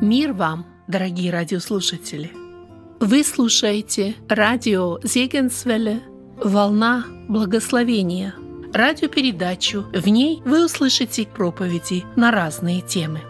Мир вам, дорогие радиослушатели! Вы слушаете радио Зегенсвелле «Волна благословения», радиопередачу. В ней вы услышите проповеди на разные темы.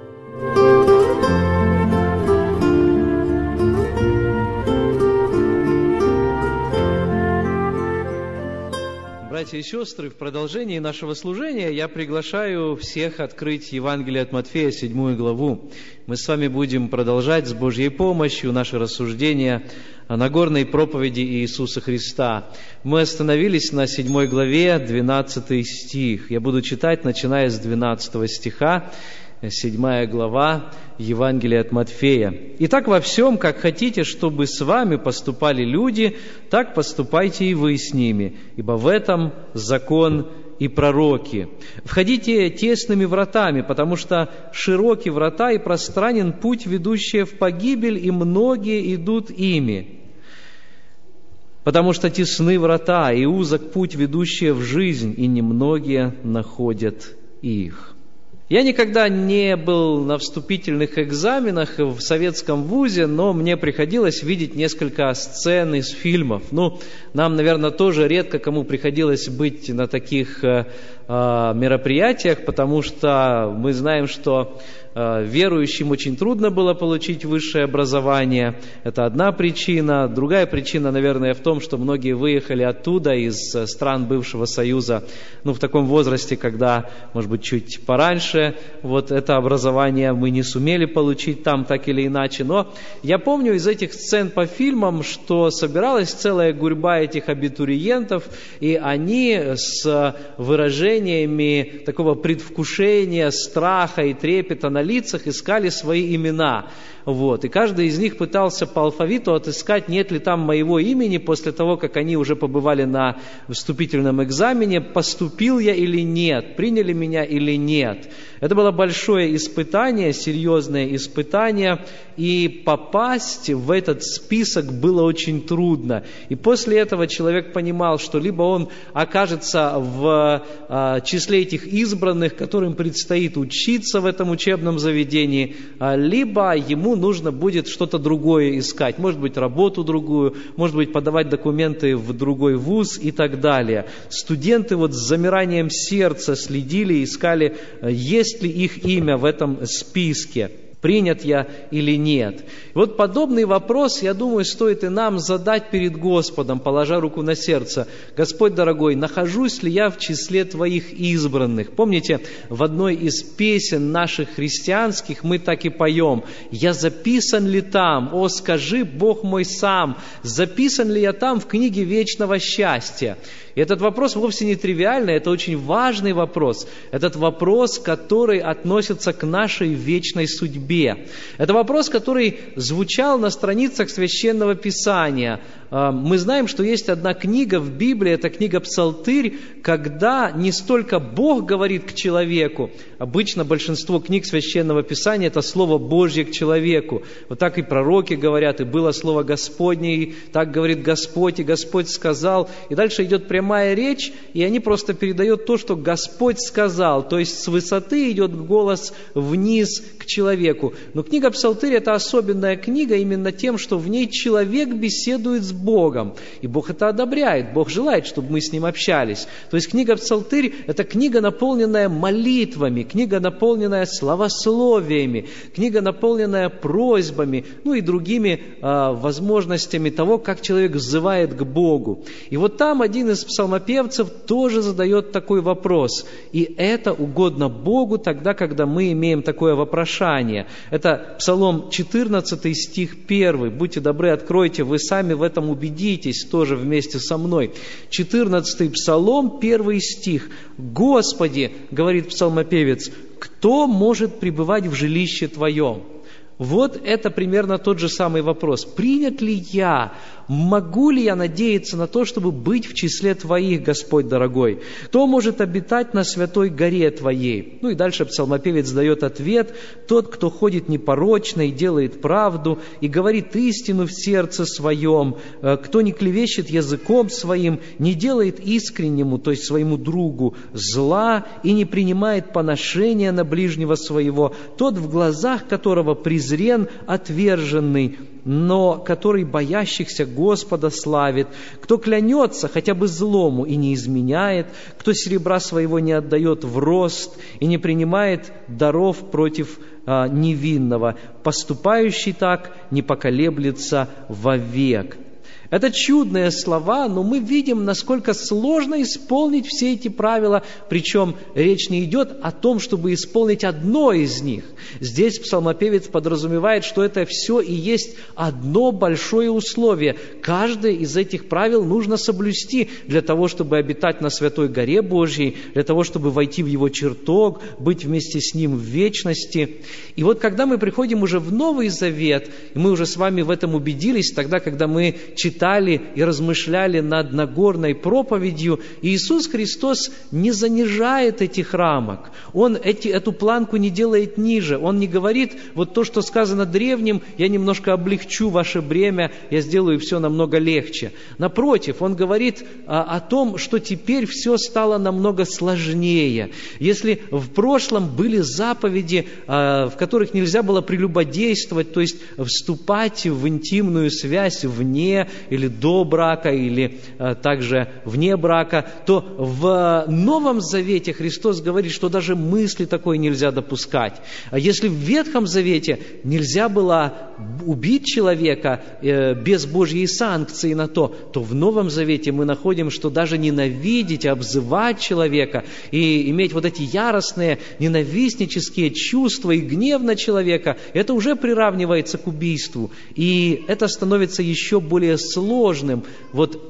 Братья и сестры, в продолжении нашего служения я приглашаю всех открыть Евангелие от Матфея, 7 главу. Мы с вами будем продолжать с Божьей помощью наши рассуждения о Нагорной проповеди Иисуса Христа. Мы остановились на 7 главе, 12 стих. Я буду читать, начиная с 12 стиха. 7 глава Евангелия от Матфея. «Итак, во всем, как хотите, чтобы с вами поступали люди, так поступайте и вы с ними, ибо в этом закон и пророки. Входите тесными вратами, потому что широки врата и пространен путь, ведущий в погибель, и многие идут ими. Потому что тесны врата и узок путь, ведущий в жизнь, и немногие находят их». Я никогда не был на вступительных экзаменах в советском вузе, но мне приходилось видеть несколько сцен из фильмов. Нам, наверное, тоже редко кому приходилось быть на таких мероприятиях, потому что мы знаем, что верующим очень трудно было получить высшее образование. Это одна причина. Другая причина, наверное, в том, что многие выехали оттуда, из стран бывшего Союза, в таком возрасте, когда, может быть, чуть пораньше, это образование мы не сумели получить там так или иначе. Но я помню из этих сцен по фильмам, что собиралась целая гурьба этих абитуриентов, и они с выражениями такого предвкушения, страха и трепета на лицах искали свои имена. И каждый из них пытался по алфавиту отыскать, нет ли там моего имени, после того, как они уже побывали на вступительном экзамене, поступил я или нет, приняли меня или нет. Это было большое испытание, серьезное испытание, и попасть в этот список было очень трудно. И после этого человек понимал, что либо он окажется в числе этих избранных, которым предстоит учиться в этом учебном заведении, либо ему нужно будет что-то другое искать. Может быть, работу другую, может быть, подавать документы в другой вуз и так далее. Студенты с замиранием сердца следили, искали, есть ли их имя в этом списке, принят я или нет. Подобный вопрос, я думаю, стоит и нам задать перед Господом, положа руку на сердце. Господь дорогой, нахожусь ли я в числе Твоих избранных? Помните, в одной из песен наших христианских мы так и поем: «Я записан ли там? О, скажи, Бог мой сам, записан ли я там в книге вечного счастья?» И этот вопрос вовсе не тривиальный, это очень важный вопрос. Этот вопрос, который относится к нашей вечной судьбе. Это вопрос, который звучал на страницах Священного Писания. Мы знаем, что есть одна книга в Библии, это книга Псалтырь, когда не столько Бог говорит к человеку, обычно большинство книг Священного Писания – это Слово Божье к человеку. Так и пророки говорят, и было Слово Господне, и так говорит Господь, и Господь сказал. И дальше идет прямая речь, и они просто передают то, что Господь сказал. То есть с высоты идет голос вниз к человеку. Но книга Псалтырь – это особенная книга именно тем, что в ней человек беседует с Богом. И Бог это одобряет. Бог желает, чтобы мы с Ним общались. То есть книга Псалтырь – это книга, наполненная молитвами, книга, наполненная словословиями, книга, наполненная просьбами, и другими возможностями того, как человек взывает к Богу. И там один из псалмопевцев тоже задает такой вопрос. И это угодно Богу тогда, когда мы имеем такое вопрошание. Это Псалом 14, стих 1. Будьте добры, откройте, вы сами в этом убедитесь тоже вместе со мной. 14 Псалом, 1 стих. «Господи, — говорит псалмопевец, — кто может пребывать в жилище Твоем?» Это примерно тот же самый вопрос. Принят ли я? Могу ли я надеяться на то, чтобы быть в числе Твоих, Господь дорогой? Кто может обитать на святой горе Твоей? И дальше псалмопевец дает ответ: тот, кто ходит непорочно и делает правду, и говорит истину в сердце своем, кто не клевещет языком своим, не делает искреннему, то есть своему другу, зла и не принимает поношения на ближнего своего, тот, в глазах которого презрение презрен, отверженный, но который боящихся Господа славит, кто клянется хотя бы злому и не изменяет, кто серебра своего не отдает в рост и не принимает даров против невинного, поступающий так не поколеблется вовек». Это чудные слова, но мы видим, насколько сложно исполнить все эти правила, причем речь не идет о том, чтобы исполнить одно из них. Здесь псалмопевец подразумевает, что это все и есть одно большое условие. Каждое из этих правил нужно соблюсти для того, чтобы обитать на святой горе Божьей, для того, чтобы войти в Его чертог, быть вместе с Ним в вечности. И вот когда мы приходим уже в Новый Завет, и мы уже с вами в этом убедились, тогда, когда мы читали и размышляли над Нагорной проповедью, Иисус Христос не занижает этих рамок. Он эту планку не делает ниже. Он не говорит, вот то, что сказано древним, я немножко облегчу ваше бремя, я сделаю все намного легче. Напротив, Он говорит о том, что теперь все стало намного сложнее. Если в прошлом были заповеди, в которых нельзя было прелюбодействовать, то есть вступать в интимную связь вне или до брака, или также вне брака, то в Новом Завете Христос говорит, что даже мысли такой нельзя допускать. А если в Ветхом Завете нельзя было убить человека без Божьей санкции на то, то в Новом Завете мы находим, что даже ненавидеть, обзывать человека и иметь вот эти яростные ненавистнические чувства и гнев на человека, это уже приравнивается к убийству. И это становится еще более сложным. Вот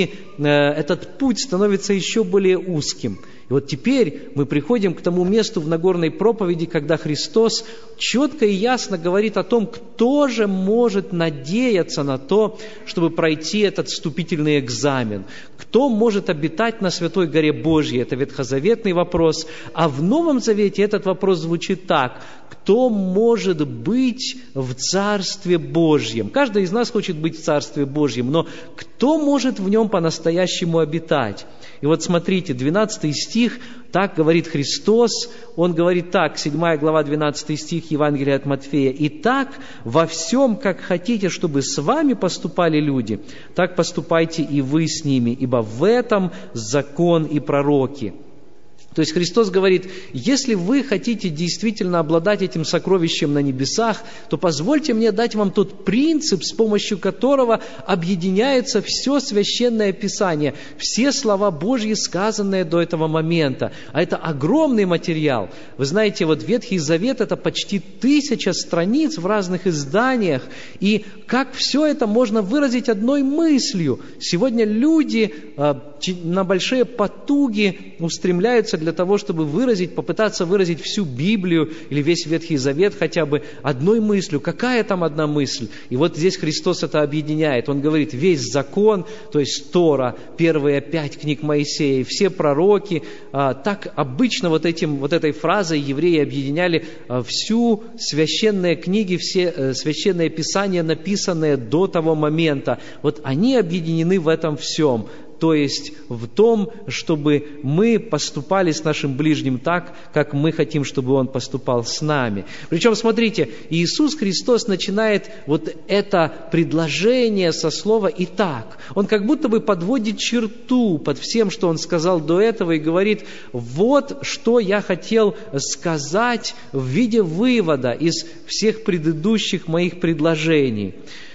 этот путь становится еще более узким. И вот теперь мы приходим к тому месту в Нагорной проповеди, когда Христос четко и ясно говорит о том, кто же может надеяться на то, чтобы пройти этот вступительный экзамен. Кто может обитать на Святой горе Божьей? Это ветхозаветный вопрос. А в Новом Завете этот вопрос звучит так: кто может быть в Царстве Божьем? Каждый из нас хочет быть в Царстве Божьем, но кто может в нем по-настоящему обитать? И вот смотрите, 12 стих, так говорит Христос, Он говорит так, 7 глава, 12 стих Евангелия от Матфея: «Итак, во всем, как хотите, чтобы с вами поступали люди, так поступайте и вы с ними, ибо в этом закон и пророки». То есть Христос говорит, если вы хотите действительно обладать этим сокровищем на небесах, то позвольте мне дать вам тот принцип, с помощью которого объединяется все Священное Писание, все слова Божьи, сказанные до этого момента. А это огромный материал. Вы знаете, вот Ветхий Завет – это почти 1000 страниц в разных изданиях. И как все это можно выразить одной мыслью? Сегодня люди на большие потуги устремляются для того, чтобы попытаться выразить всю Библию или весь Ветхий Завет хотя бы одной мыслью. Какая там одна мысль? И вот здесь Христос это объединяет. Он говорит, весь закон, то есть Тора, первые 5 книг Моисея, все пророки. Так обычно вот этой фразой евреи объединяли всю священные книги, все священные писания, написанные до того момента. Вот они объединены в этом всем. То есть в том, чтобы мы поступали с нашим ближним так, как мы хотим, чтобы он поступал с нами. Причем, смотрите, Иисус Христос начинает вот это предложение со слова «итак». Он как будто бы подводит черту под всем, что он сказал до этого, и говорит, вот что я хотел сказать в виде вывода из всех предыдущих моих предложений.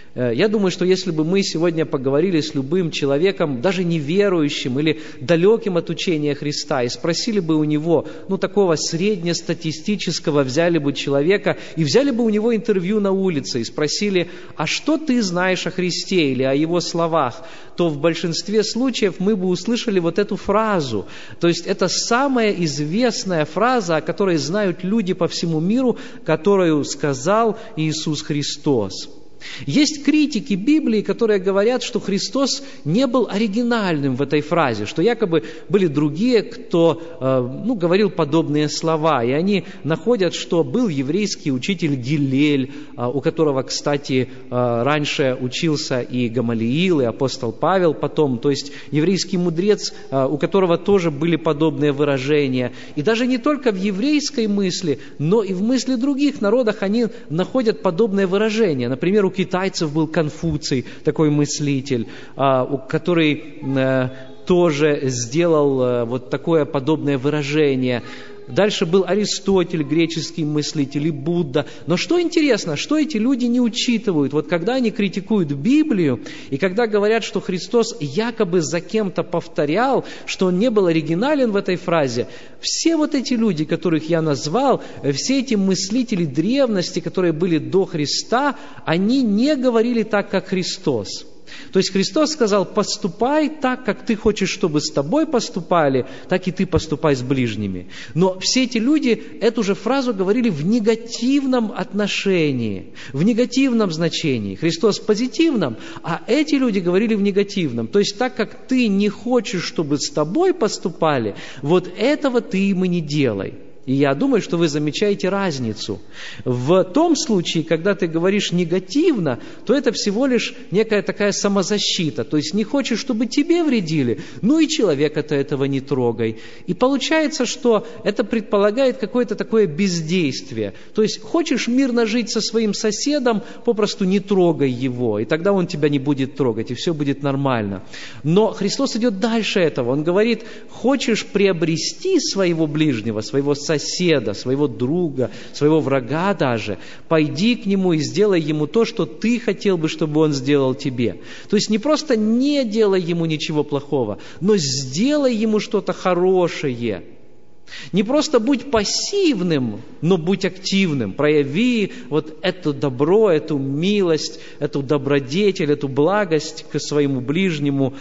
Я думаю, что если бы мы сегодня поговорили с любым человеком, даже неверующим или далеким от учения Христа, и спросили бы у него, такого среднестатистического, взяли бы человека и взяли бы у него интервью на улице и спросили, а что ты знаешь о Христе или о Его словах, то в большинстве случаев мы бы услышали вот эту фразу. То есть это самая известная фраза, о которой знают люди по всему миру, которую сказал Иисус Христос. Есть критики Библии, которые говорят, что Христос не был оригинальным в этой фразе, что якобы были другие, кто говорил подобные слова. И они находят, что был еврейский учитель Гилель, у которого, кстати, раньше учился и Гамалиил, и апостол Павел потом. То есть еврейский мудрец, у которого тоже были подобные выражения. И даже не только в еврейской мысли, но и в мысли других народов они находят подобные выражения. Например, у китайцев был Конфуций, такой мыслитель, который тоже сделал вот такое подобное выражение. Дальше был Аристотель, греческий мыслитель, и Будда. Но что интересно, что эти люди не учитывают? Вот когда они критикуют Библию, и когда говорят, что Христос якобы за кем-то повторял, что Он не был оригинален в этой фразе, все вот эти люди, которых я назвал, все эти мыслители древности, которые были до Христа, они не говорили так, как Христос. То есть Христос сказал: поступай так, как ты хочешь, чтобы с тобой поступали, так и ты поступай с ближними. Но все эти люди эту же фразу говорили в негативном отношении, в негативном значении. Христос в позитивном, а эти люди говорили в негативном. То есть так, как ты не хочешь, чтобы с тобой поступали, вот этого ты им и не делай. И я думаю, что вы замечаете разницу. В том случае, когда ты говоришь негативно, то это всего лишь некая такая самозащита. То есть не хочешь, чтобы тебе вредили, ну и человека-то этого не трогай. И получается, что это предполагает какое-то такое бездействие. То есть хочешь мирно жить со своим соседом, попросту не трогай его, и тогда он тебя не будет трогать, и все будет нормально. Но Христос идет дальше этого. Он говорит: хочешь приобрести своего ближнего, своего соседа, своего друга, своего врага даже, пойди к нему и сделай ему то, что ты хотел бы, чтобы он сделал тебе. То есть не просто не делай ему ничего плохого, но сделай ему что-то хорошее. Не просто будь пассивным, но будь активным. Прояви вот это добро, эту милость, эту добродетель, эту благость к своему ближнему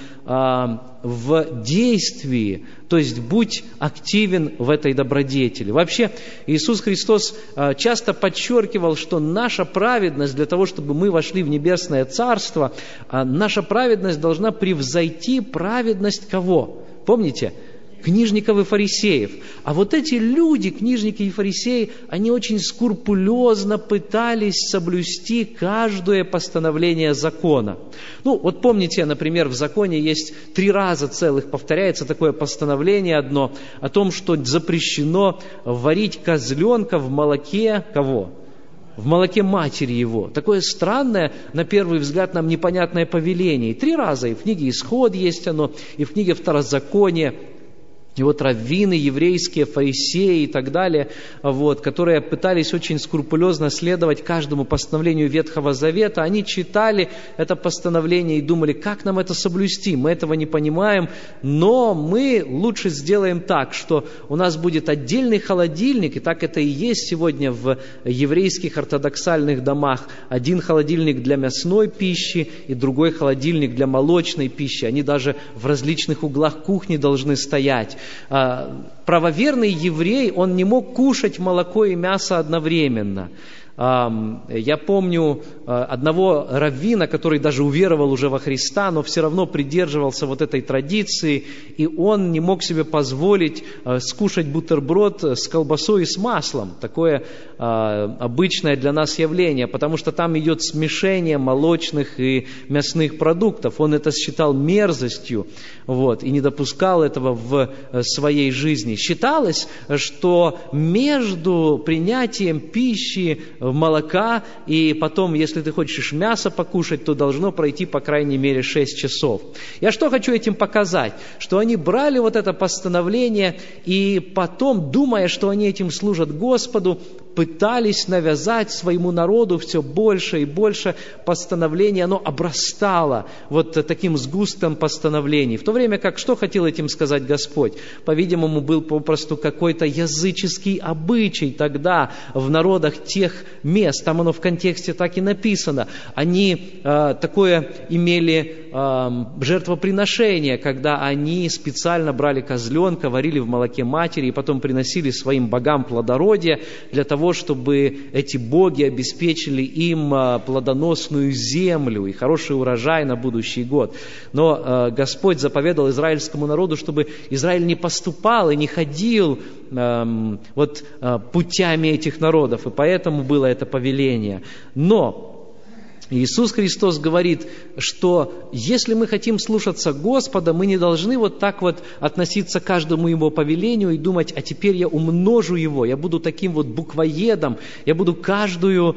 в действии. То есть будь активен в этой добродетели. Вообще Иисус Христос часто подчеркивал, что наша праведность, для того, чтобы мы вошли в небесное Царство, наша праведность должна превзойти праведность кого? Помните? Книжников и фарисеев. А вот эти люди, книжники и фарисеи, они очень скрупулезно пытались соблюсти каждое постановление закона. Вот помните, например, в законе есть 3 раза целых повторяется такое постановление одно о том, что запрещено варить козленка в молоке кого? В молоке матери его. Такое странное, на первый взгляд, нам непонятное повеление. И 3 раза, и в книге Исход есть оно, и в книге Второзакония. И вот раввины еврейские, фарисеи и так далее, которые пытались очень скрупулезно следовать каждому постановлению Ветхого Завета, они читали это постановление и думали: как нам это соблюсти? Мы этого не понимаем, но мы лучше сделаем так, что у нас будет отдельный холодильник, и так это и есть сегодня в еврейских ортодоксальных домах. Один холодильник для мясной пищи и другой холодильник для молочной пищи. Они даже в различных углах кухни должны стоять. Правоверный еврей, он не мог кушать молоко и мясо одновременно. Я помню одного раввина, который даже уверовал уже во Христа, но все равно придерживался вот этой традиции, и он не мог себе позволить скушать бутерброд с колбасой и с маслом. Такое обычное для нас явление, потому что там идет смешение молочных и мясных продуктов. Он это считал мерзостью, и не допускал этого в своей жизни. Считалось, что между принятием пищи, молока, и потом, если ты хочешь мясо покушать, то должно пройти по крайней мере 6 часов. Я что хочу этим показать? Что они брали вот это постановление, и потом, думая, что они этим служат Господу, пытались навязать своему народу все больше и больше постановлений. Оно обрастало вот таким сгустком постановлений. В то время как, что хотел этим сказать Господь? По-видимому, был попросту какой-то языческий обычай тогда в народах тех мест. Там оно в контексте так и написано. Они такое имели жертвоприношения, когда они специально брали козленка, варили в молоке матери и потом приносили своим богам плодородие для того, чтобы эти боги обеспечили им плодоносную землю и хороший урожай на будущий год. Но Господь заповедал израильскому народу, чтобы Израиль не поступал и не ходил путями этих народов, и поэтому было это повеление. Но Иисус Христос говорит, что если мы хотим слушаться Господа, мы не должны вот так вот относиться к каждому Его повелению и думать, а теперь я умножу Его, я буду таким вот буквоедом, я буду каждую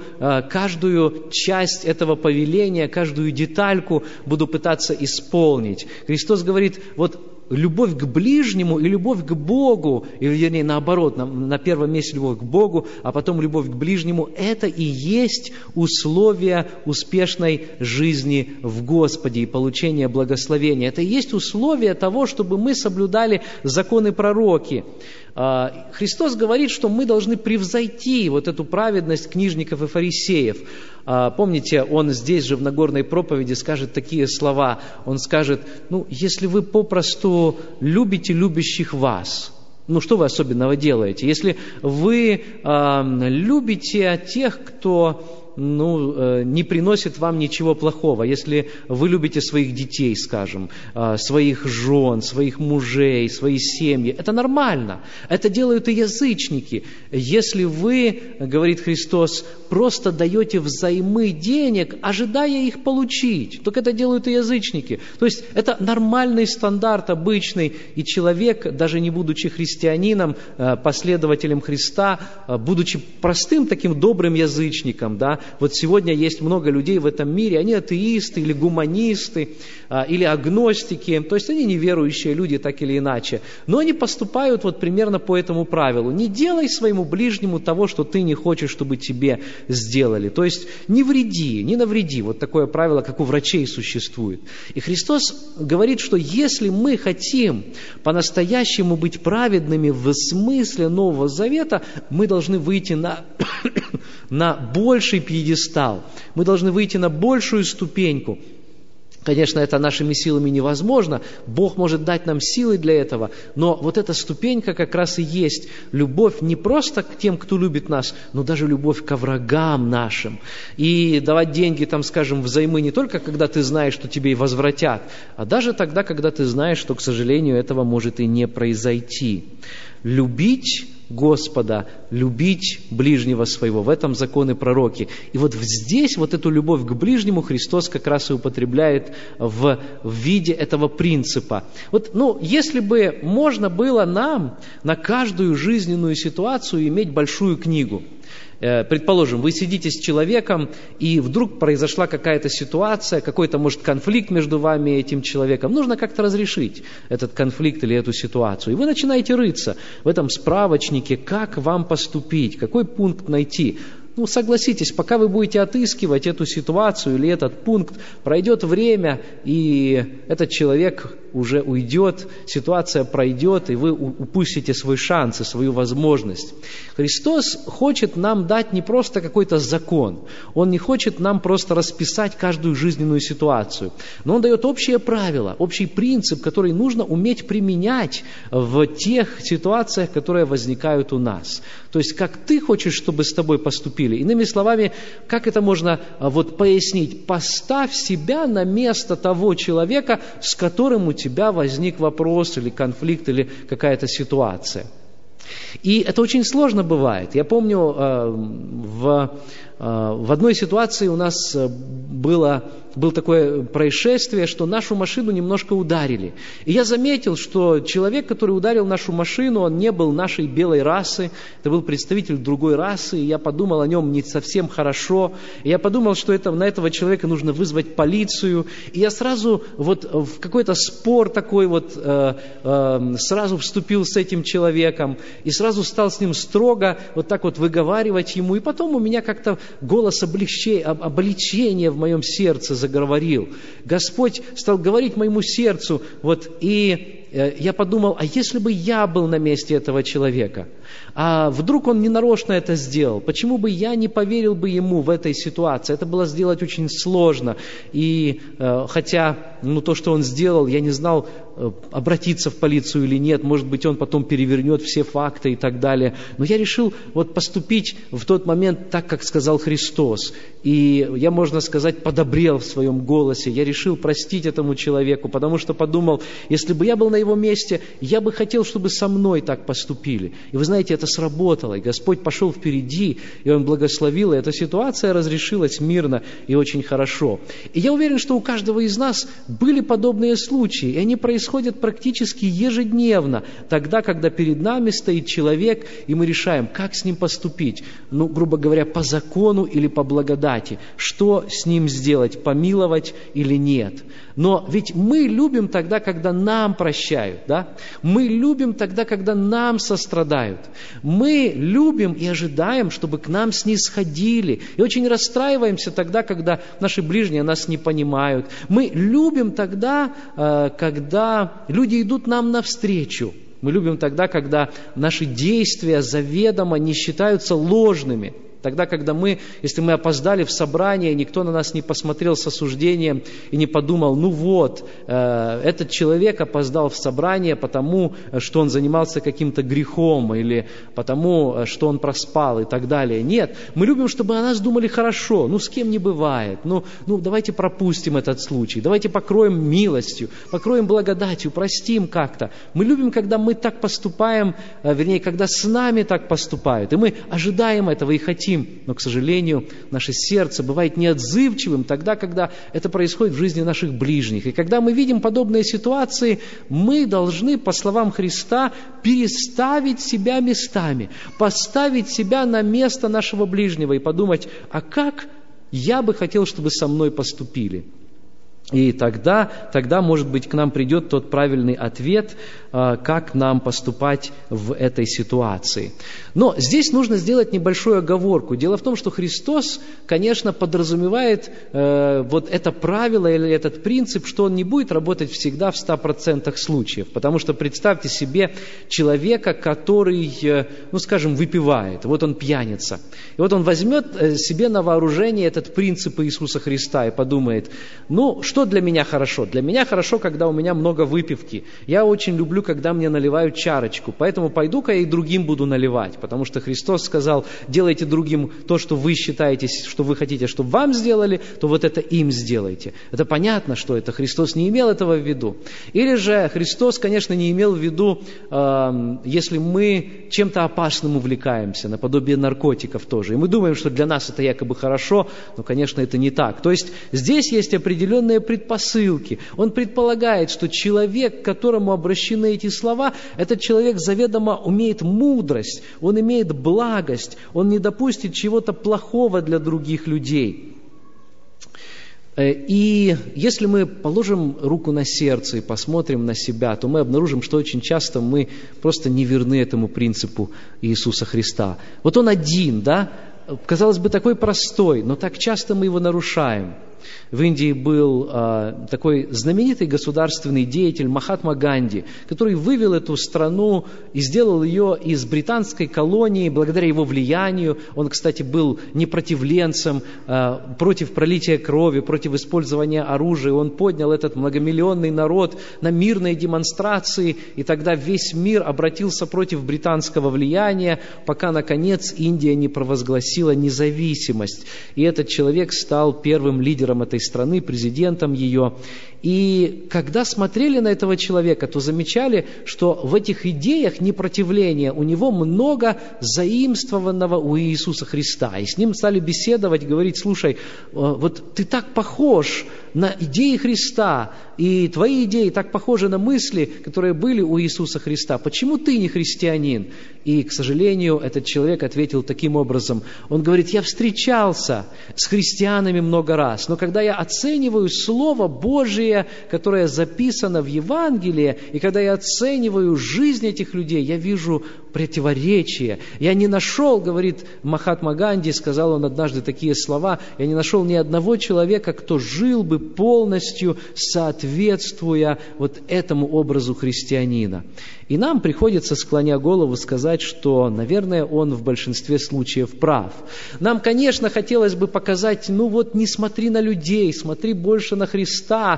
часть этого повеления, каждую детальку буду пытаться исполнить. Христос говорит, вот любовь к ближнему и любовь к Богу, или вернее наоборот, на первом месте любовь к Богу, а потом любовь к ближнему, это и есть условия успешной жизни в Господе и получения благословения. Это и есть условия того, чтобы мы соблюдали законы пророки. Христос говорит, что мы должны превзойти вот эту праведность книжников и фарисеев. Помните, Он здесь же в Нагорной проповеди скажет такие слова. Он скажет, если вы попросту любите любящих вас, что вы особенного делаете? Если вы любите тех, кто не приносит вам ничего плохого. Если вы любите своих детей, скажем, своих жен, своих мужей, свои семьи, это нормально. Это делают и язычники. Если вы, говорит Христос, просто даете взаймы денег, ожидая их получить, только это делают и язычники. То есть это нормальный стандарт, обычный, и человек, даже не будучи христианином, последователем Христа, будучи простым таким добрым язычником, вот сегодня есть много людей в этом мире, они атеисты или гуманисты, или агностики, то есть они неверующие люди так или иначе, но они поступают вот примерно по этому правилу. Не делай своему ближнему того, что ты не хочешь, чтобы тебе сделали. То есть не вреди, не навреди. Вот такое правило, как у врачей существует. И Христос говорит, что если мы хотим по-настоящему быть праведными в смысле Нового Завета, мы должны выйти на больший пьедестал. Мы должны выйти на большую ступеньку. Конечно, это нашими силами невозможно. Бог может дать нам силы для этого. Но вот эта ступенька как раз и есть любовь не просто к тем, кто любит нас, но даже любовь ко врагам нашим. И давать деньги, скажем, взаймы не только, когда ты знаешь, что тебе и возвратят, а даже тогда, когда ты знаешь, что, к сожалению, этого может и не произойти. Любить Господа, любить ближнего своего. В этом законы пророки. И вот здесь вот эту любовь к ближнему Христос как раз и употребляет в виде этого принципа. Если бы можно было нам на каждую жизненную ситуацию иметь большую книгу. Предположим, вы сидите с человеком, и вдруг произошла какая-то ситуация, какой-то, может, конфликт между вами и этим человеком. Нужно как-то разрешить этот конфликт или эту ситуацию. И вы начинаете рыться в этом справочнике, как вам поступить, какой пункт найти. Согласитесь, пока вы будете отыскивать эту ситуацию или этот пункт, пройдет время, и этот человек уже уйдет, ситуация пройдет, и вы упустите свой шанс и свою возможность. Христос хочет нам дать не просто какой-то закон, Он не хочет нам просто расписать каждую жизненную ситуацию, но Он дает общее правило, общий принцип, который нужно уметь применять в тех ситуациях, которые возникают у нас. То есть, как ты хочешь, чтобы с тобой поступили. Иными словами, как это можно пояснить? Поставь себя на место того человека, с которым у тебя возник вопрос или конфликт, или какая-то ситуация. И это очень сложно бывает. Я помню, в одной ситуации у нас было такое происшествие, что нашу машину немножко ударили. И я заметил, что человек, который ударил нашу машину, он не был нашей белой расы, это был представитель другой расы, и я подумал о нем не совсем хорошо. И я подумал, что на этого человека нужно вызвать полицию. И я сразу в какой-то спор такой сразу вступил с этим человеком, и сразу стал с ним строго выговаривать ему. И потом у меня как-то голос облегчения в моем сердце заговорил. Господь стал говорить моему сердцу, и я подумал, а если бы я был на месте этого человека? А вдруг он ненарочно это сделал? Почему бы я не поверил бы ему в этой ситуации? Это было сделать очень сложно. И хотя то, что он сделал, я не знал, обратиться в полицию или нет. Может быть, он потом перевернет все факты и так далее. Но я решил поступить в тот момент так, как сказал Христос. И я, можно сказать, подобрел в своем голосе. Я решил простить этому человеку, потому что подумал, если бы я был на его месте, я бы хотел, чтобы со мной так поступили. И вы знаете, это сработало. И Господь пошел впереди, и Он благословил, и эта ситуация разрешилась мирно и очень хорошо. И я уверен, что у каждого из нас были подобные случаи, и они происходят практически ежедневно, тогда, когда перед нами стоит человек, и мы решаем, как с ним поступить, грубо говоря, по закону или по благодати, что с ним сделать, помиловать или нет. Но ведь мы любим тогда, когда нам прощают, да? Мы любим тогда, когда нам сострадают. Мы любим и ожидаем, чтобы к нам снисходили. И очень расстраиваемся тогда, когда наши ближние нас не понимают. Мы любим тогда, когда люди идут нам навстречу. Мы любим тогда, когда наши действия заведомо не считаются ложными. Тогда, когда если мы опоздали в собрание, никто на нас не посмотрел с осуждением и не подумал, этот человек опоздал в собрание, потому что он занимался каким-то грехом или потому что он проспал и так далее. Нет, мы любим, чтобы о нас думали хорошо. С кем не бывает. Давайте пропустим этот случай. Давайте покроем милостью, покроем благодатью, простим как-то. Мы любим, когда мы так поступаем, когда с нами так поступают. И мы ожидаем этого и хотим. Но, к сожалению, наше сердце бывает неотзывчивым тогда, когда это происходит в жизни наших ближних. И когда мы видим подобные ситуации, мы должны, по словам Христа, переставить себя местами, поставить себя на место нашего ближнего и подумать, а как я бы хотел, чтобы со мной поступили? И тогда, может быть, к нам придет тот правильный ответ, как нам поступать в этой ситуации. Но здесь нужно сделать небольшую оговорку. Дело в том, что Христос, конечно, подразумевает это правило или этот принцип, что Он не будет работать всегда в 100% случаев. Потому что представьте себе человека, который, выпивает. Вот он пьяница. И вот он возьмет себе на вооружение этот принцип Иисуса Христа и подумает, что для меня хорошо? Для меня хорошо, когда у меня много выпивки. Я очень люблю, когда мне наливают чарочку. Поэтому пойду-ка я и другим буду наливать. Потому что Христос сказал, делайте другим то, что вы считаете, что вы хотите, чтобы вам сделали, то вот это им сделайте. Это понятно, что это Христос не имел этого в виду. Или же Христос, конечно, не имел в виду, если мы чем-то опасным увлекаемся, наподобие наркотиков тоже. И мы думаем, что для нас это якобы хорошо, но, конечно, это не так. То есть здесь есть определенные предпосылки. Он предполагает, что человек, к которому обращены эти слова, этот человек заведомо умеет мудрость, он имеет благость, он не допустит чего-то плохого для других людей. И если мы положим руку на сердце и посмотрим на себя, то мы обнаружим, что очень часто мы просто не верны этому принципу Иисуса Христа. Вот Он один, казалось бы, такой простой, но так часто мы его нарушаем. В Индии был такой знаменитый государственный деятель Махатма Ганди, который вывел эту страну и сделал ее из британской колонии благодаря его влиянию. Он, кстати, был непротивленцем, против пролития крови, против использования оружия. Он поднял этот многомиллионный народ на мирные демонстрации, и тогда весь мир обратился против британского влияния, пока, наконец, Индия не провозгласила независимость. И этот человек стал первым лидером этой страны, президентом ее. И когда смотрели на этого человека, то замечали, что в этих идеях непротивления у него много заимствованного у Иисуса Христа. И с ним стали беседовать, говорить, слушай, вот ты так похож на идеи Христа, и твои идеи так похожи на мысли, которые были у Иисуса Христа. Почему ты не христианин? И, к сожалению, этот человек ответил таким образом. Он говорит, я встречался с христианами много раз, но когда я оцениваю Слово Божие, которое записано в Евангелии, и когда я оцениваю жизнь этих людей, я вижу противоречия. Я не нашел, говорит Махатма Ганди, сказал он однажды такие слова, я не нашел ни одного человека, кто жил бы полностью соответствуя вот этому образу христианина. И нам приходится, склоня голову, сказать, что, наверное, он в большинстве случаев прав. Нам, конечно, хотелось бы показать, не смотри на людей, смотри больше на Христа,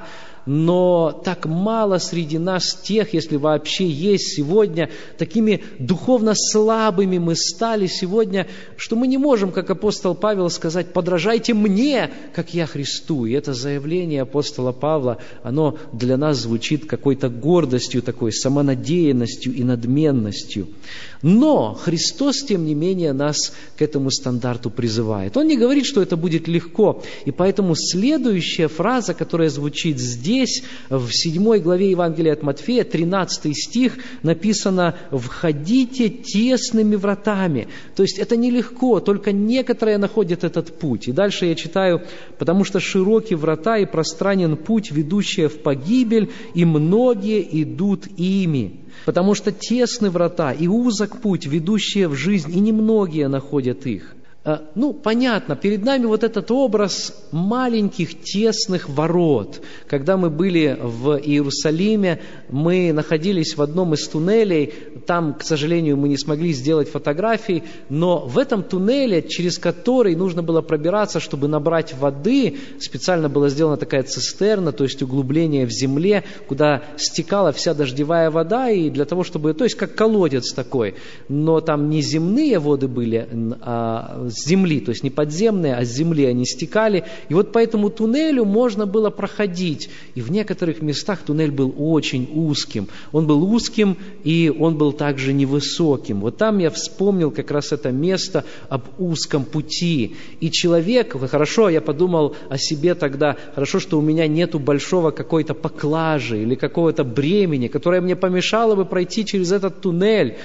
но так мало среди нас тех, если вообще есть сегодня, такими духовно слабыми мы стали сегодня, что мы не можем, как апостол Павел, сказать: подражайте мне, как я Христу. И это заявление апостола Павла, оно для нас звучит какой-то гордостью такой, самонадеянностью и надменностью. Но Христос, тем не менее, нас к этому стандарту призывает. Он не говорит, что это будет легко. И поэтому следующая фраза, которая звучит здесь, в 7 главе Евангелия от Матфея, 13 стих, написано: «Входите тесными вратами». То есть это нелегко, только некоторые находят этот путь. И дальше я читаю: «Потому что широки врата и пространен путь, ведущий в погибель, и многие идут ими». Потому что тесны врата и узок путь, ведущие в жизнь, и немногие находят их. Понятно, перед нами вот этот образ маленьких тесных ворот. Когда мы были в Иерусалиме, мы находились в одном из туннелей. Там, к сожалению, мы не смогли сделать фотографий, но в этом туннеле, через который нужно было пробираться, чтобы набрать воды, специально была сделана такая цистерна, то есть углубление в земле, куда стекала вся дождевая вода, и для того, чтобы, то есть как колодец такой, но там не земные воды были, а с земли, то есть не подземные, а с земли они стекали. И вот по этому туннелю можно было проходить. И в некоторых местах туннель был очень узким. Он был узким, и он был также невысоким. Вот там я вспомнил как раз это место об узком пути. И человек, хорошо, я подумал о себе тогда, хорошо, что у меня нету большого какой-то поклажи или какого-то бремени, которое мне помешало бы пройти через этот туннель.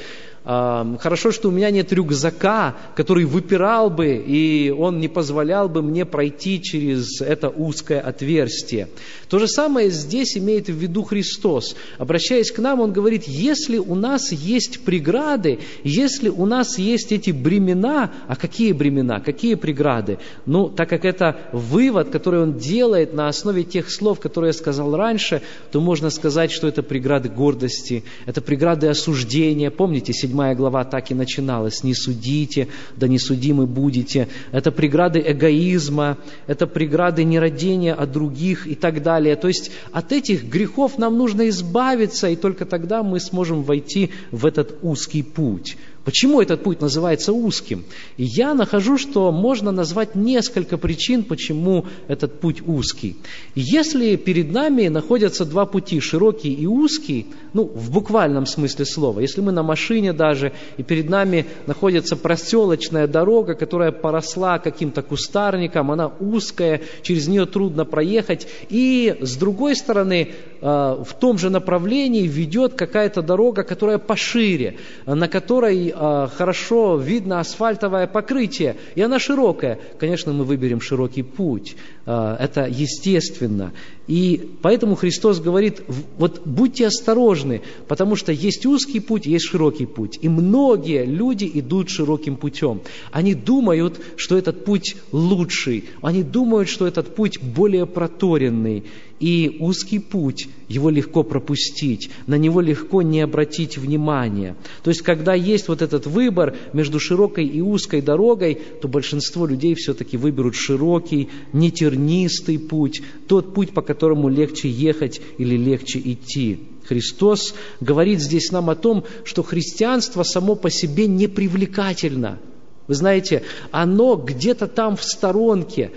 Хорошо, что у меня нет рюкзака, который выпирал бы, и он не позволял бы мне пройти через это узкое отверстие. То же самое здесь имеет в виду Христос. Обращаясь к нам, Он говорит: если у нас есть преграды, если у нас есть эти бремена, а какие бремена, какие преграды? Так как это вывод, который Он делает на основе тех слов, которые я сказал раньше, то можно сказать, что это преграды гордости, это преграды осуждения. Помните, 7 глава так и начиналась: «Не судите, да не судимы будете». Это преграды эгоизма, это преграды нерадения о других и так далее. То есть от этих грехов нам нужно избавиться, и только тогда мы сможем войти в этот узкий путь. Почему этот путь называется узким? И я нахожу, что можно назвать несколько причин, почему этот путь узкий. Если перед нами находятся два пути, широкий и узкий, в буквальном смысле слова, если мы на машине даже, и перед нами находится проселочная дорога, которая поросла каким-то кустарником, она узкая, через нее трудно проехать, и с другой стороны, в том же направлении ведет какая-то дорога, которая пошире, на которой хорошо видно асфальтовое покрытие, и она широкая. Конечно, мы выберем широкий путь. Это естественно. И поэтому Христос говорит: будьте осторожны, потому что есть узкий путь, есть широкий путь. И многие люди идут широким путем. Они думают, что этот путь лучший. Они думают, что этот путь более проторенный. И узкий путь, его легко пропустить, на него легко не обратить внимания. То есть, когда есть вот этот выбор между широкой и узкой дорогой, то большинство людей все-таки выберут широкий, не тернистый путь, тот путь, по которому легче ехать или легче идти. Христос говорит здесь нам о том, что христианство само по себе не привлекательно. Вы знаете, оно где-то там в сторонке.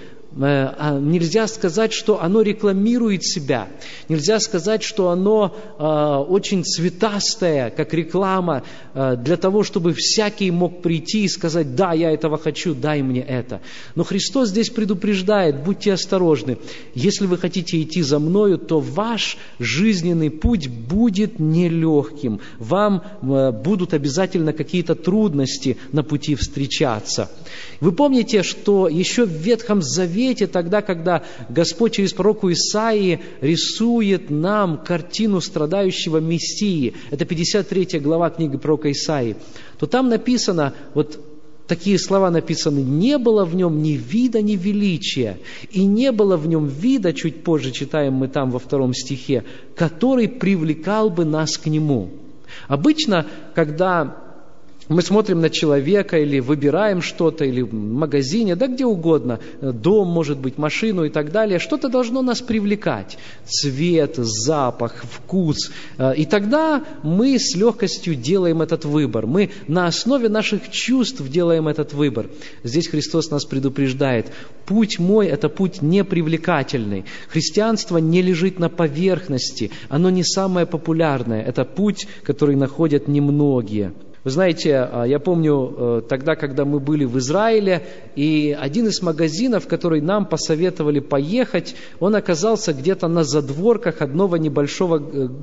Нельзя сказать, что оно рекламирует себя. Нельзя сказать, что оно очень цветастое, как реклама, для того, чтобы всякий мог прийти и сказать: да, я этого хочу, дай мне это. Но Христос здесь предупреждает: будьте осторожны. Если вы хотите идти за Мною, то ваш жизненный путь будет нелегким. Вам будут обязательно какие-то трудности на пути встречаться. Вы помните, что еще в Ветхом Завете Завете, тогда, когда Господь через пророка Исаии рисует нам картину страдающего Мессии, это 53 глава книги пророка Исаии, то там написано, вот такие слова написаны: «Не было в нем ни вида, ни величия, и не было в нем вида», чуть позже читаем мы там во 2 стихе, «который привлекал бы нас к нему». Обычно, когда мы смотрим на человека или выбираем что-то, или в магазине, да где угодно, дом, может быть, машину и так далее, что-то должно нас привлекать. Цвет, запах, вкус. И тогда мы с легкостью делаем этот выбор. Мы на основе наших чувств делаем этот выбор. Здесь Христос нас предупреждает: путь мой – это путь непривлекательный. Христианство не лежит на поверхности, оно не самое популярное. Это путь, который находят немногие. Вы знаете, я помню тогда, когда мы были в Израиле, и один из магазинов, который нам посоветовали поехать, он оказался где-то на задворках одного небольшого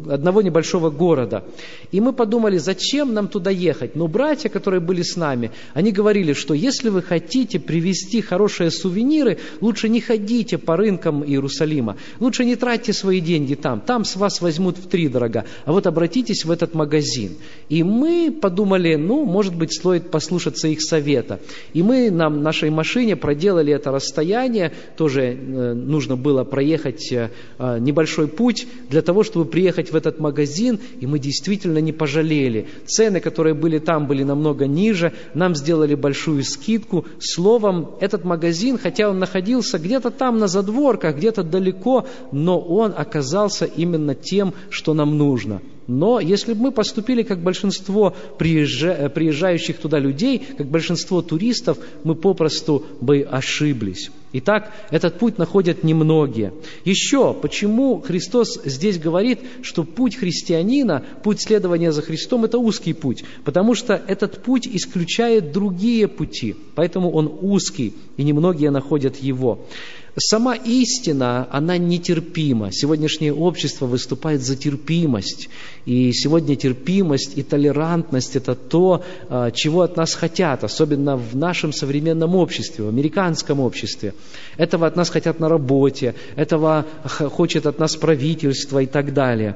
города. И мы подумали, зачем нам туда ехать? Но братья, которые были с нами, они говорили, что если вы хотите привезти хорошие сувениры, лучше не ходите по рынкам Иерусалима, лучше не тратьте свои деньги там с вас возьмут втридорога, а вот обратитесь в этот магазин. И мы подумали, может быть, стоит послушаться их совета. И мы на нашей машине проделали это расстояние, тоже нужно было проехать небольшой путь для того, чтобы приехать в этот магазин, и мы действительно не пожалели. Цены, которые были там, были намного ниже, нам сделали большую скидку. Словом, этот магазин, хотя он находился где-то там на задворках, где-то далеко, но он оказался именно тем, что нам нужно. Но если бы мы поступили как большинство приезжающих туда людей, как большинство туристов, мы попросту бы ошиблись. Итак, этот путь находят немногие. Еще, почему Христос здесь говорит, что путь христианина, путь следования за Христом – это узкий путь? Потому что этот путь исключает другие пути, поэтому он узкий, и немногие находят его. Сама истина, она нетерпима. Сегодняшнее общество выступает за терпимость. И сегодня терпимость и толерантность – это то, чего от нас хотят, особенно в нашем современном обществе, в американском обществе. Этого от нас хотят на работе, этого хочет от нас правительство и так далее.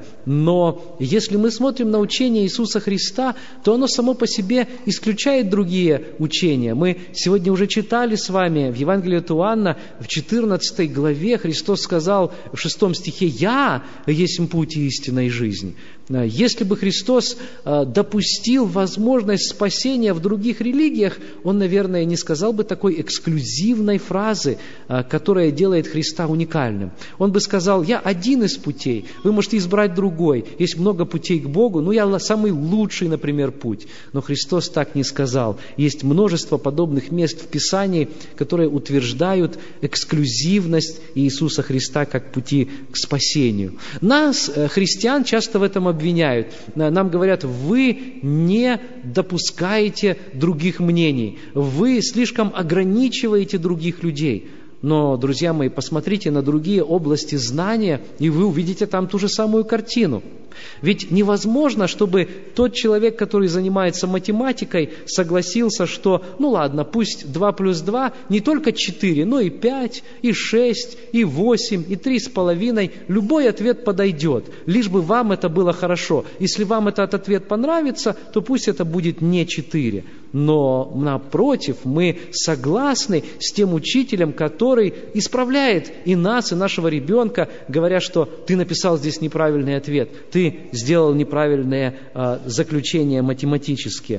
Но если мы смотрим на учение Иисуса Христа, то оно само по себе исключает другие учения. Мы сегодня уже читали с вами в Евангелии от Иоанна, в 14 главе Христос сказал в 6 стихе: «Я есть путь и истина и жизнь». Если бы Христос допустил возможность спасения в других религиях, Он, наверное, не сказал бы такой эксклюзивной фразы, которая делает Христа уникальным. Он бы сказал: «Я один из путей, вы можете избрать другой. Есть много путей к Богу, я самый лучший, например, путь». Но Христос так не сказал. Есть множество подобных мест в Писании, которые утверждают эксклюзивность Иисуса Христа как пути к спасению. Нас, христиан, часто в этом обвиняют. Нам говорят: вы не допускаете других мнений, вы слишком ограничиваете других людей. Но, друзья мои, посмотрите на другие области знания, и вы увидите там ту же самую картину. Ведь невозможно, чтобы тот человек, который занимается математикой, согласился, что, ладно, пусть 2 плюс 2 не только 4, но и 5, и 6, и 8, и 3,5. Любой ответ подойдет, лишь бы вам это было хорошо. Если вам этот ответ понравится, то пусть это будет не 4. Но, напротив, мы согласны с тем учителем, который исправляет и нас, и нашего ребенка, говоря, что ты написал здесь неправильный ответ, ты сделал неправильные заключения математические.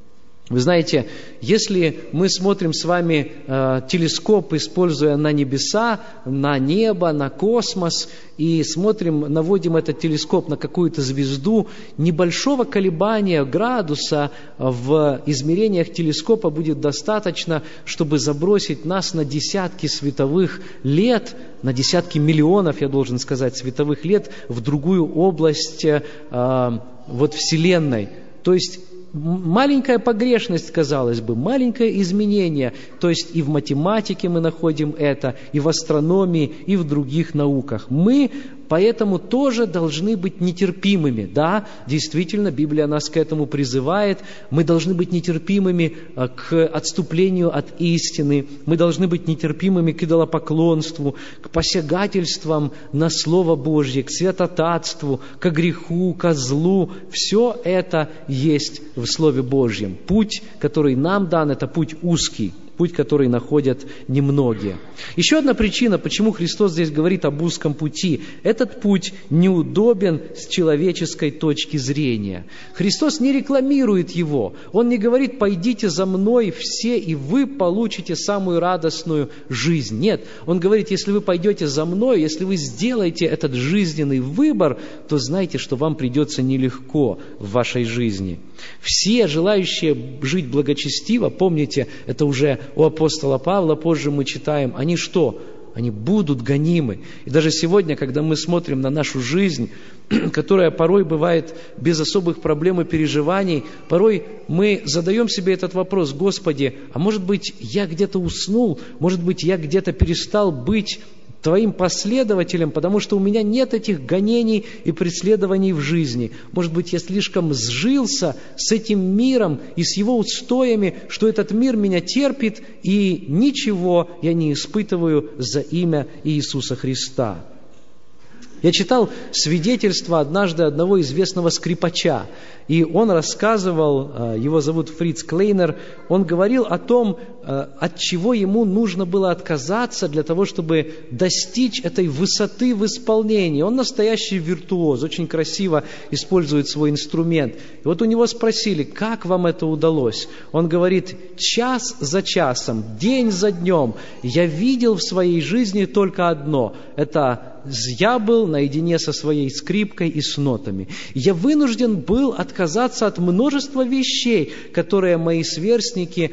Вы знаете, если мы смотрим с вами телескоп, используя на небеса, на небо, на космос, и наводим этот телескоп на какую-то звезду, небольшого колебания градуса в измерениях телескопа будет достаточно, чтобы забросить нас на десятки световых лет, на десятки миллионов, я должен сказать, световых лет в другую область Вселенной. То есть маленькая погрешность, казалось бы, маленькое изменение. То есть и в математике мы находим это, и в астрономии, и в других науках. Мы поэтому тоже должны быть нетерпимыми. Да, действительно, Библия нас к этому призывает. Мы должны быть нетерпимыми к отступлению от истины. Мы должны быть нетерпимыми к идолопоклонству, к посягательствам на Слово Божье, к святотатству, к греху, ко злу. Все это есть в Слове Божьем. Путь, который нам дан, это путь узкий, путь, который находят немногие. Еще одна причина, почему Христос здесь говорит об узком пути. Этот путь неудобен с человеческой точки зрения. Христос не рекламирует его. Он не говорит: «Пойдите за мной все, и вы получите самую радостную жизнь». Нет, Он говорит: если вы пойдете за мной, если вы сделаете этот жизненный выбор, то знайте, что вам придется нелегко в вашей жизни. Все желающие жить благочестиво, помните, это уже у апостола Павла, позже мы читаем, они что? Они будут гонимы. И даже сегодня, когда мы смотрим на нашу жизнь, которая порой бывает без особых проблем и переживаний, порой мы задаем себе этот вопрос: Господи, а может быть, я где-то уснул, может быть, я где-то перестал быть Твоим последователем, потому что у меня нет этих гонений и преследований в жизни. Может быть, я слишком сжился с этим миром и с его устоями, что этот мир меня терпит, и ничего я не испытываю за имя Иисуса Христа. Я читал свидетельство однажды одного известного скрипача, и он рассказывал, его зовут Фриц Клейнер, он говорил о том, от чего ему нужно было отказаться для того, чтобы достичь этой высоты в исполнении. Он настоящий виртуоз, очень красиво использует свой инструмент. И вот у него спросили: как вам это удалось? Он говорит: час за часом, день за днем я видел в своей жизни только одно – это я был наедине со своей скрипкой и с нотами. Я вынужден был отказаться от множества вещей, которыми мои сверстники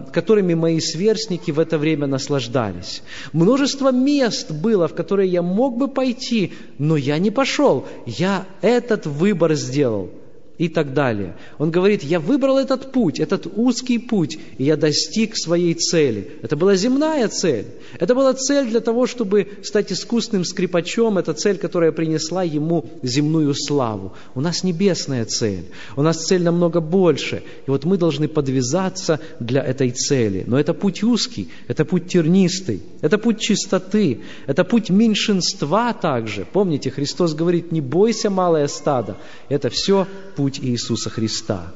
в это время наслаждались. Множество мест было, в которые я мог бы пойти, но я не пошел. Я этот выбор сделал. И так далее. Он говорит: я выбрал этот путь, этот узкий путь, и я достиг своей цели. Это была земная цель. Это была цель для того, чтобы стать искусным скрипачом. Это цель, которая принесла ему земную славу. У нас небесная цель. У нас цель намного больше. И вот мы должны подвязаться для этой цели. Но это путь узкий, это путь тернистый, это путь чистоты, это путь меньшинства также. Помните, Христос говорит: не бойся, малое стадо. Это все путь Иисуса Христа.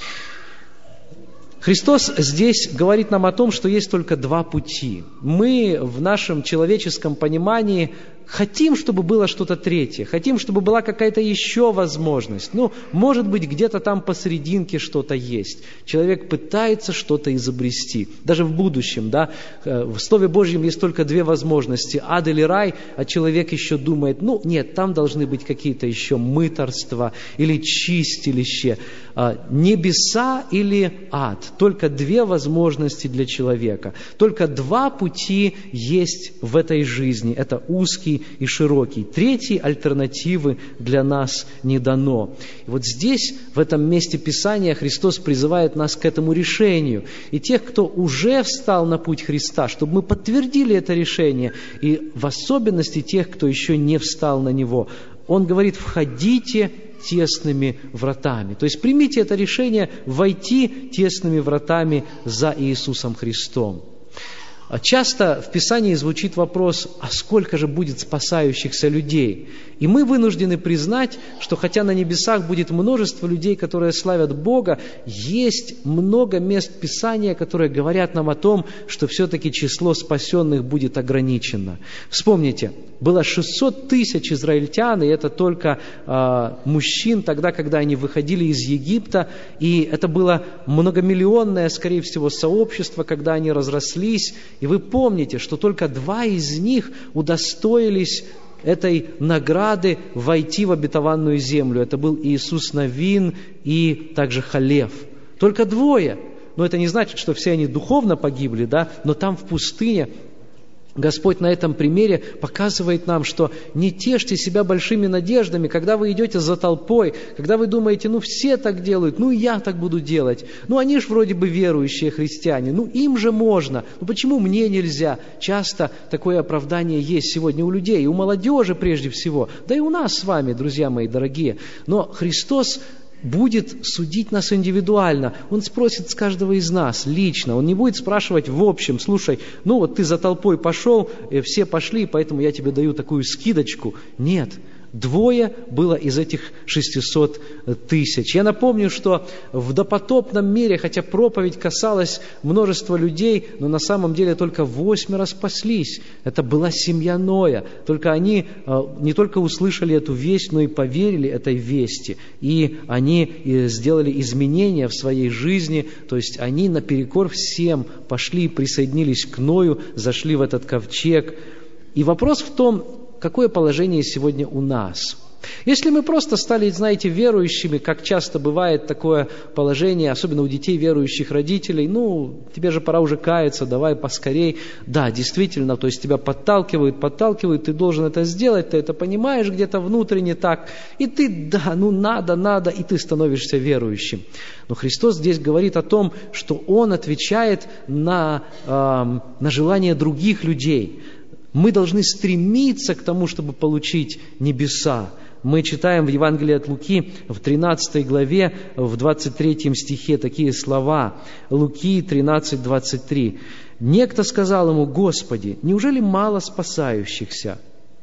Христос здесь говорит нам о том, что есть только два пути. Мы в нашем человеческом понимании хотим, чтобы было что-то третье, хотим, чтобы была какая-то еще возможность. Может быть, где-то там посерединке что-то есть. Человек пытается что-то изобрести. Даже в будущем, да, в Слове Божьем есть только две возможности: ад или рай, а человек еще думает: нет, там должны быть какие-то еще мытарства или чистилище, небеса или ад. Только две возможности для человека. Только два пути есть в этой жизни. Это узкий и широкий. Третьей альтернативы для нас не дано. И вот здесь, в этом месте Писания, Христос призывает нас к этому решению. И тех, кто уже встал на путь Христа, чтобы мы подтвердили это решение, и в особенности тех, кто еще не встал на него. Он говорит: входите тесными вратами. То есть примите это решение войти тесными вратами за Иисусом Христом. Часто в Писании звучит вопрос: а сколько же будет спасающихся людей? И мы вынуждены признать, что хотя на небесах будет множество людей, которые славят Бога, есть много мест Писания, которые говорят нам о том, что все-таки число спасенных будет ограничено. Вспомните, было 600 тысяч израильтян, и это только мужчин, тогда, когда они выходили из Египта, и это было многомиллионное, скорее всего, сообщество, когда они разрослись. И вы помните, что только 2 из них удостоились этой награды войти в обетованную землю. Это был Иисус Навин и также Халев. Только 2. Но это не значит, что все они духовно погибли, да? Но там в пустыне Господь на этом примере показывает нам, что не тешьте себя большими надеждами, когда вы идете за толпой, когда вы думаете, все так делают, и я так буду делать. Они ж вроде бы верующие христиане, им же можно, почему мне нельзя? Часто такое оправдание есть сегодня у людей, и у молодежи прежде всего, да и у нас с вами, друзья мои дорогие. Но Христос будет судить нас индивидуально. Он спросит с каждого из нас лично. Он не будет спрашивать в общем: слушай, ты за толпой пошел, все пошли, поэтому я тебе даю такую скидочку. Нет. 2 было из этих 600 тысяч. Я напомню, что в допотопном мире, хотя проповедь касалась множества людей, но на самом деле только 8 спаслись. Это была семья Ноя. Только они не только услышали эту весть, но и поверили этой вести. И они сделали изменения в своей жизни. То есть они наперекор всем пошли, присоединились к Ною, зашли в этот ковчег. И вопрос в том, какое положение сегодня у нас? Если мы просто стали, верующими, как часто бывает такое положение, особенно у детей верующих родителей, тебе же пора уже каяться, давай поскорей. Да, действительно, то есть тебя подталкивают, ты должен это сделать, ты это понимаешь где-то внутренне так, и ты, надо, и ты становишься верующим. Но Христос здесь говорит о том, что Он отвечает на желания других людей. Мы должны стремиться к тому, чтобы получить небеса. Мы читаем в Евангелии от Луки, в 13 главе, в 23 стихе такие слова. Луки 13:23. «Некто сказал ему: Господи, неужели мало спасающихся?»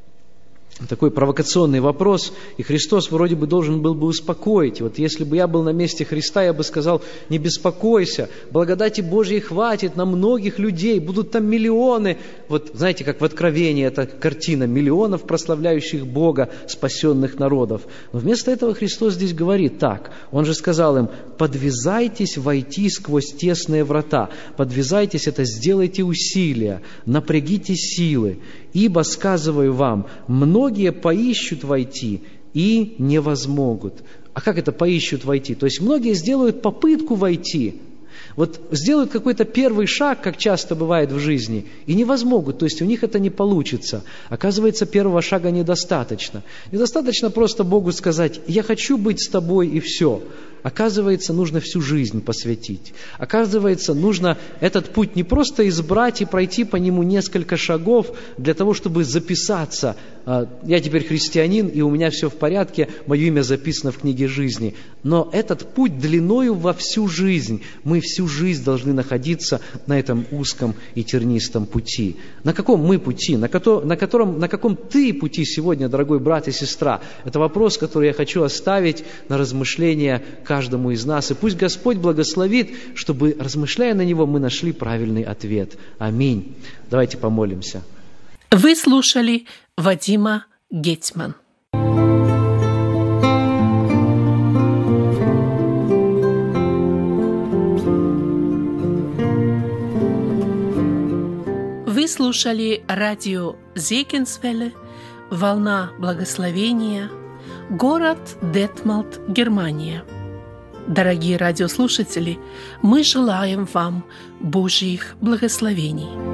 Такой провокационный вопрос, и Христос вроде бы должен был бы успокоить. Если бы я был на месте Христа, я бы сказал: не беспокойся, благодати Божьей хватит на многих людей, будут там миллионы. Знаете, как в Откровении эта картина миллионов прославляющих Бога, спасенных народов. Но вместо этого Христос здесь говорит так. Он же сказал им: подвязайтесь войти сквозь тесные врата. Подвязайтесь, это сделайте усилия, напрягите силы. Ибо, сказываю вам, многие поищут войти и не возмогут. А как это поищут войти? То есть многие сделают попытку войти. Сделают какой-то первый шаг, как часто бывает в жизни, и не возмогут, то есть у них это не получится. Оказывается, первого шага недостаточно. Недостаточно просто Богу сказать: я хочу быть с тобой, и все. Оказывается, нужно всю жизнь посвятить. Оказывается, нужно этот путь не просто избрать и пройти по нему несколько шагов для того, чтобы записаться. Я теперь христианин, и у меня все в порядке, мое имя записано в книге жизни. Но этот путь длиною во всю жизнь. Мы всю жизнь должны находиться на этом узком и тернистом пути. На каком мы пути? На каком ты пути сегодня, дорогой брат и сестра? Это вопрос, который я хочу оставить на размышление каждому из нас. И пусть Господь благословит, чтобы, размышляя на него, мы нашли правильный ответ. Аминь. Давайте помолимся. Вы слушали Вадима Гетьман. Вы слушали радио Зегенсвелле, «Волна благословения», город Детмалт, Германия. Дорогие радиослушатели, мы желаем вам Божьих благословений.